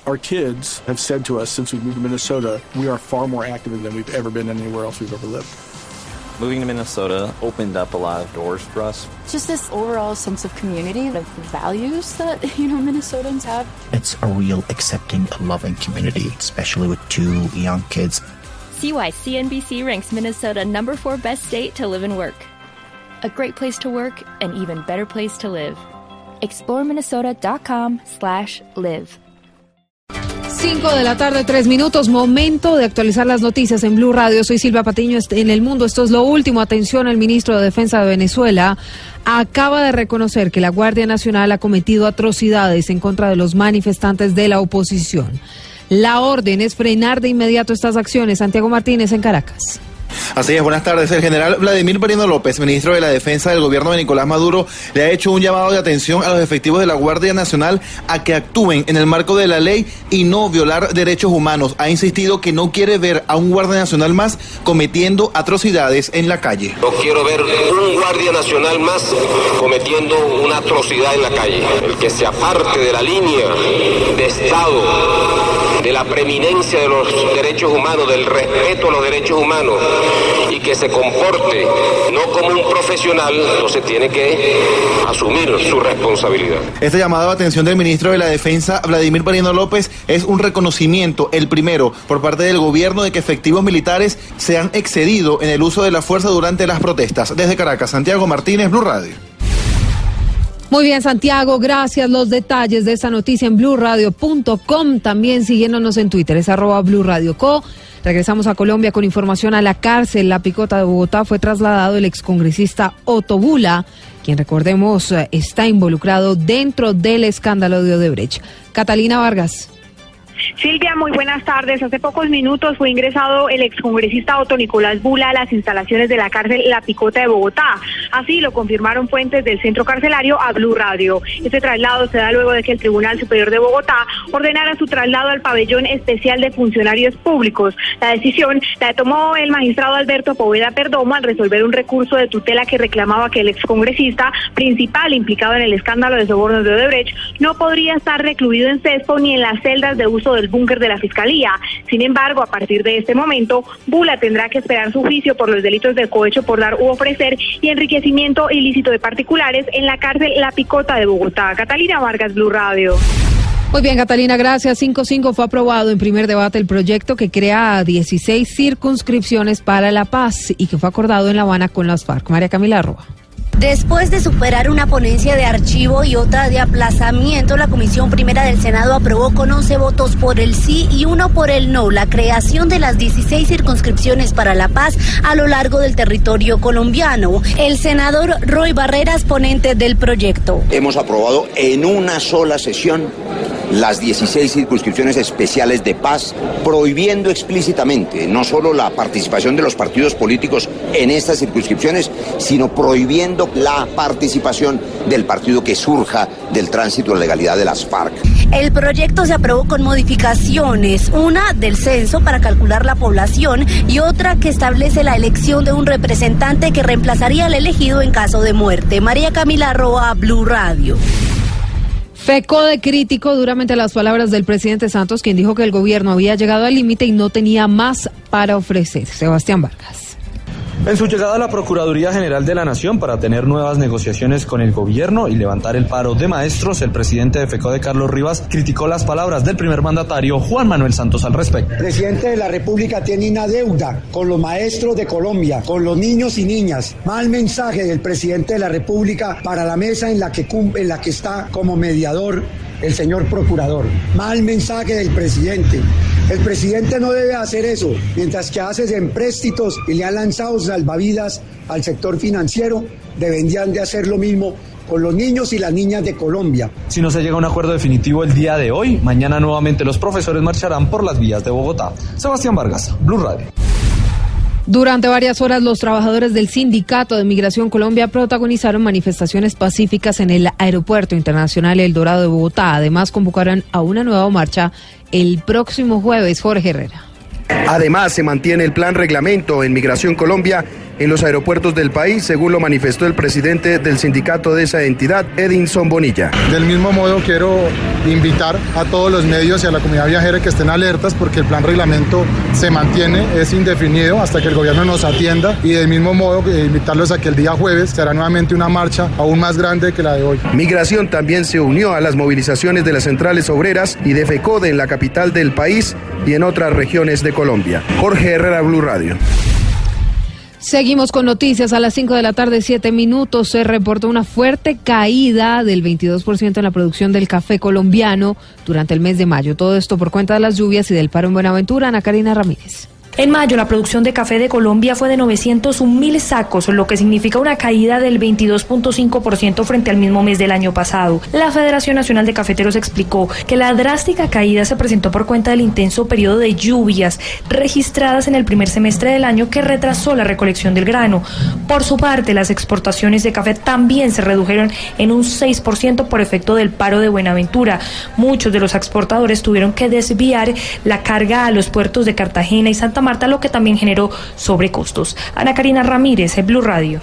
Our kids have said to us since we've moved to Minnesota, we are far more active than we've ever been anywhere else we've ever lived. Moving to Minnesota opened up a lot of doors for us. Just this overall sense of community, of values that, Minnesotans have. It's a real accepting, loving community, especially with 2 young kids. See why CNBC ranks Minnesota number 4 best state to live and work. A great place to work, an even better place to live. ExploreMinnesota.com/live. 5:03 p.m, momento de actualizar las noticias en Blue Radio. Soy Silvia Patiño, en el mundo. Esto es lo último. Atención, el ministro de Defensa de Venezuela acaba de reconocer que la Guardia Nacional ha cometido atrocidades en contra de los manifestantes de la oposición. La orden es frenar de inmediato estas acciones. Santiago Martínez en Caracas. Así es, buenas tardes. El general Vladimir Merino López, ministro de la Defensa del gobierno de Nicolás Maduro, le ha hecho un llamado de atención a los efectivos de la Guardia Nacional a que actúen en el marco de la ley y no violar derechos humanos. Ha insistido que no quiere ver a un Guardia Nacional más cometiendo atrocidades en la calle. No quiero ver un Guardia Nacional más cometiendo una atrocidad en la calle. El que se aparte de la línea de Estado, de la preeminencia de los derechos humanos, del respeto a los derechos humanos, y que se comporte no como un profesional, entonces tiene que asumir su responsabilidad. Este llamado de atención del ministro de la Defensa, Vladimir Merino López, es un reconocimiento, el primero, por parte del gobierno de que efectivos militares se han excedido en el uso de la fuerza durante las protestas. Desde Caracas, Santiago Martínez, Blue Radio. Muy bien, Santiago, gracias. Los detalles de esta noticia en BlueRadio.com, también siguiéndonos en Twitter, es @BlueRadioCo. Regresamos a Colombia con información. A la cárcel La Picota de Bogotá fue trasladado el excongresista Otto Bula, quien, recordemos, está involucrado dentro del escándalo de Odebrecht. Catalina Vargas. Silvia, muy buenas tardes. Hace pocos minutos fue ingresado el excongresista Otto Nicolás Bula a las instalaciones de la cárcel La Picota de Bogotá. Así lo confirmaron fuentes del centro carcelario a Blue Radio. Este traslado se da luego de que el Tribunal Superior de Bogotá ordenara su traslado al pabellón especial de funcionarios públicos. La decisión la tomó el magistrado Alberto Poveda Perdomo al resolver un recurso de tutela que reclamaba que el excongresista principal implicado en el escándalo de sobornos de Odebrecht no podría estar recluido en CESPO ni en las celdas de uso del búnker de la Fiscalía. Sin embargo, a partir de este momento, Bula tendrá que esperar su juicio por los delitos de cohecho por dar u ofrecer y enriquecimiento ilícito de particulares en la cárcel La Picota de Bogotá. Catalina Vargas, Blue Radio. Muy bien, Catalina, gracias. 5-5 fue aprobado en primer debate el proyecto que crea 16 circunscripciones para la paz y que fue acordado en La Habana con las FARC. María Camila Roa. Después de superar una ponencia de archivo y otra de aplazamiento, la Comisión Primera del Senado aprobó con 11 votos por el sí y 1 por el no la creación de las 16 circunscripciones para la paz a lo largo del territorio colombiano. El senador Roy Barreras, ponente del proyecto. Hemos aprobado en una sola sesión las 16 circunscripciones especiales de paz, prohibiendo explícitamente no solo la participación de los partidos políticos en estas circunscripciones, sino prohibiendo la participación del partido que surja del tránsito de legalidad de las FARC. El proyecto se aprobó con modificaciones, una del censo para calcular la población y otra que establece la elección de un representante que reemplazaría al elegido en caso de muerte. María Camila Roa, Blue Radio. FECODE crítico duramente las palabras del presidente Santos, quien dijo que el gobierno había llegado al límite y no tenía más para ofrecer. Sebastián Vargas. En su llegada a la Procuraduría General de la Nación para tener nuevas negociaciones con el gobierno y levantar el paro de maestros, el presidente de FECODE, Carlos Rivas, criticó las palabras del primer mandatario Juan Manuel Santos al respecto. El presidente de la República tiene una deuda con los maestros de Colombia, con los niños y niñas. Mal mensaje del presidente de la República para la mesa en la que está como mediador el señor procurador. Mal mensaje del presidente. El presidente no debe hacer eso, mientras que hace empréstitos y le han lanzado salvavidas al sector financiero, deberían de hacer lo mismo con los niños y las niñas de Colombia. Si no se llega a un acuerdo definitivo el día de hoy, mañana nuevamente los profesores marcharán por las vías de Bogotá. Sebastián Vargas, Blue Radio. Durante varias horas, los trabajadores del Sindicato de Migración Colombia protagonizaron manifestaciones pacíficas en el Aeropuerto Internacional El Dorado de Bogotá. Además, convocaron a una nueva marcha el próximo jueves. Jorge Herrera. Además, se mantiene el plan reglamento en Migración Colombia en los aeropuertos del país, según lo manifestó el presidente del sindicato de esa entidad, Edinson Bonilla. Del mismo modo quiero invitar a todos los medios y a la comunidad viajera que estén alertas porque el plan reglamento se mantiene, es indefinido hasta que el gobierno nos atienda, y del mismo modo invitarlos a que el día jueves se hará nuevamente una marcha aún más grande que la de hoy. Migración también se unió a las movilizaciones de las centrales obreras y de FECODE en la capital del país y en otras regiones de Colombia. Jorge Herrera, Blue Radio. Seguimos con noticias. A las 5 de la tarde, 7 minutos, se reportó una fuerte caída del 22% en la producción del café colombiano durante el mes de mayo. Todo esto por cuenta de las lluvias y del paro en Buenaventura. Ana Karina Ramírez. En mayo, la producción de café de Colombia fue de 901.000 sacos, lo que significa una caída del 22.5% frente al mismo mes del año pasado. La Federación Nacional de Cafeteros explicó que la drástica caída se presentó por cuenta del intenso periodo de lluvias registradas en el primer semestre del año que retrasó la recolección del grano. Por su parte, las exportaciones de café también se redujeron en un 6% por efecto del paro de Buenaventura. Muchos de los exportadores tuvieron que desviar la carga a los puertos de Cartagena y Santa Marta, lo que también generó sobrecostos. Ana Karina Ramírez, Blue Radio.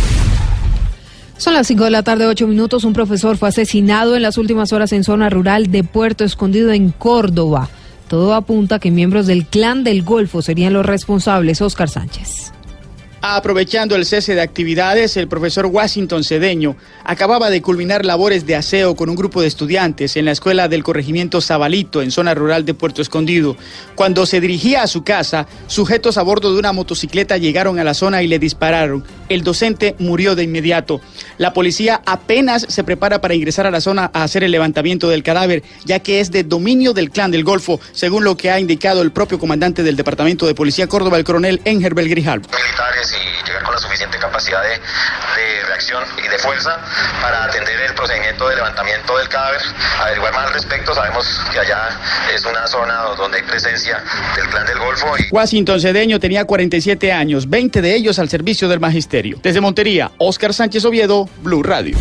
Son las 5 de la tarde, 8 minutos. Un profesor fue asesinado en las últimas horas en zona rural de Puerto Escondido, en Córdoba. Todo apunta a que miembros del Clan del Golfo serían los responsables. Oscar Sánchez. Aprovechando el cese de actividades, el profesor Washington Cedeño acababa de culminar labores de aseo con un grupo de estudiantes en la escuela del corregimiento Zabalito, en zona rural de Puerto Escondido. Cuando se dirigía a su casa, sujetos a bordo de una motocicleta llegaron a la zona y le dispararon. El docente murió de inmediato. La policía apenas se prepara para ingresar a la zona a hacer el levantamiento del cadáver, ya que es de dominio del Clan del Golfo, según lo que ha indicado el propio comandante del Departamento de Policía Córdoba, el coronel Engerbel Grijalvo. Y llegar con la suficiente capacidad de reacción y de fuerza para atender el procedimiento de levantamiento del cadáver, averiguar más al respecto. Sabemos que allá es una zona donde hay presencia del Clan del Golfo. Washington Cedeño tenía 47 años, 20 de ellos al servicio del magisterio. Desde Montería, Oscar Sánchez Oviedo, Blue Radio.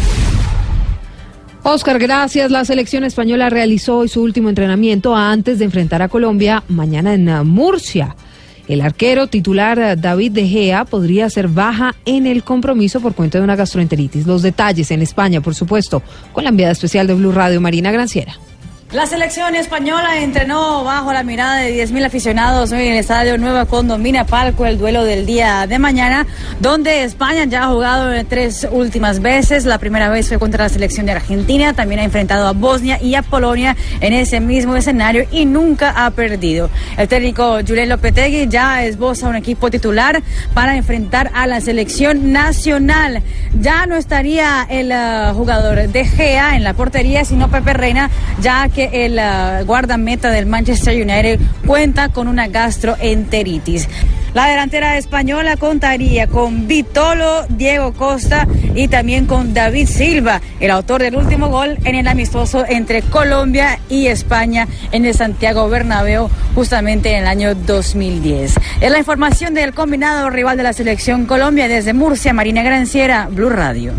Oscar, gracias. La selección española realizó hoy su último entrenamiento antes de enfrentar a Colombia mañana en Murcia. El arquero titular David De Gea podría ser baja en el compromiso por cuenta de una gastroenteritis. Los detalles en España, por supuesto, con la enviada especial de Blue Radio, Marina Granciera. La selección española entrenó bajo la mirada de 10.000 aficionados hoy en el estadio Nueva Condomina Palco, el duelo del día de mañana, donde España ya ha jugado 3 últimas veces. La primera vez fue contra la selección de Argentina, también ha enfrentado a Bosnia y a Polonia en ese mismo escenario y nunca ha perdido. El técnico Julen Lopetegui ya esboza un equipo titular para enfrentar a la selección nacional. Ya no estaría el jugador De Gea en la portería, sino Pepe Reina, ya que el guardameta del Manchester United cuenta con una gastroenteritis. La delantera española contaría con Vitolo, Diego Costa y también con David Silva, el autor del último gol en el amistoso entre Colombia y España en el Santiago Bernabéu, justamente en el año 2010. Es la información del combinado rival de la selección Colombia. Desde Murcia, Marina Granciera, Blue Radio.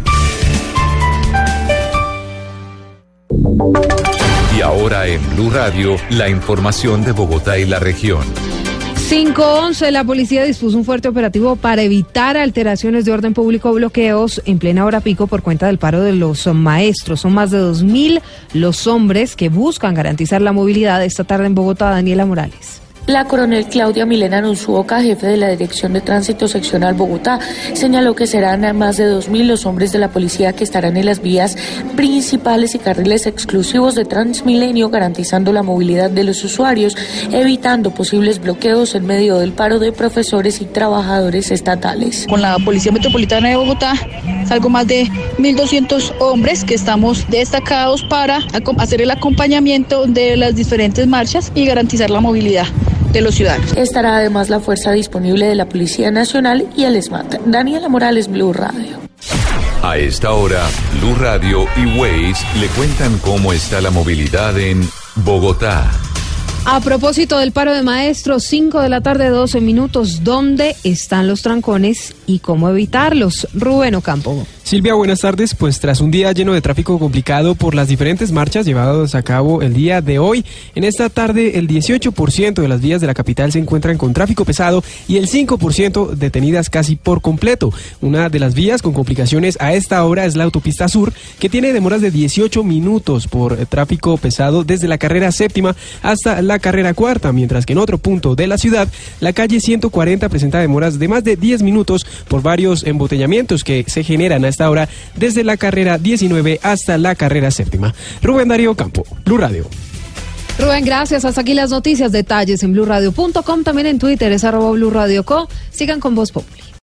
Y ahora en Blue Radio, la información de Bogotá y la región. 5:11, la policía dispuso un fuerte operativo para evitar alteraciones de orden público o bloqueos en plena hora pico por cuenta del paro de los maestros. Son más de 2.000 los hombres que buscan garantizar la movilidad esta tarde en Bogotá. Daniela Morales. La coronel Claudia Milena Nunzuoca, jefe de la Dirección de Tránsito Seccional Bogotá, señaló que serán más de 2.000 los hombres de la policía que estarán en las vías principales y carriles exclusivos de Transmilenio, garantizando la movilidad de los usuarios, evitando posibles bloqueos en medio del paro de profesores y trabajadores estatales. Con la Policía Metropolitana de Bogotá, algo más de 1.200 hombres que estamos destacados para hacer el acompañamiento de las diferentes marchas y garantizar la movilidad de los ciudadanos. Estará además la fuerza disponible de la Policía Nacional y el SMAT. Daniela Morales, Blue Radio. A esta hora, Blue Radio y Waze le cuentan cómo está la movilidad en Bogotá. A propósito del paro de maestros, 5 de la tarde, 12 minutos. ¿Dónde están los trancones y cómo evitarlos? Rubén Ocampo. Silvia, buenas tardes. Pues tras un día lleno de tráfico complicado por las diferentes marchas llevadas a cabo el día de hoy, en esta tarde el 18% de las vías de la capital se encuentran con tráfico pesado y el 5% detenidas casi por completo. Una de las vías con complicaciones a esta hora es la autopista sur, que tiene demoras de 18 minutos por tráfico pesado desde la carrera séptima hasta la carrera cuarta, mientras que en otro punto de la ciudad, la calle 140 presenta demoras de más de 10 minutos por varios embotellamientos que se generan a esta hora desde la carrera 19 hasta la carrera séptima. Rubén Darío Campo, Blue Radio. Rubén, gracias. Hasta aquí las noticias. Detalles en blurradio.com, también en Twitter es @blurradioco. Sigan con Voz Populi.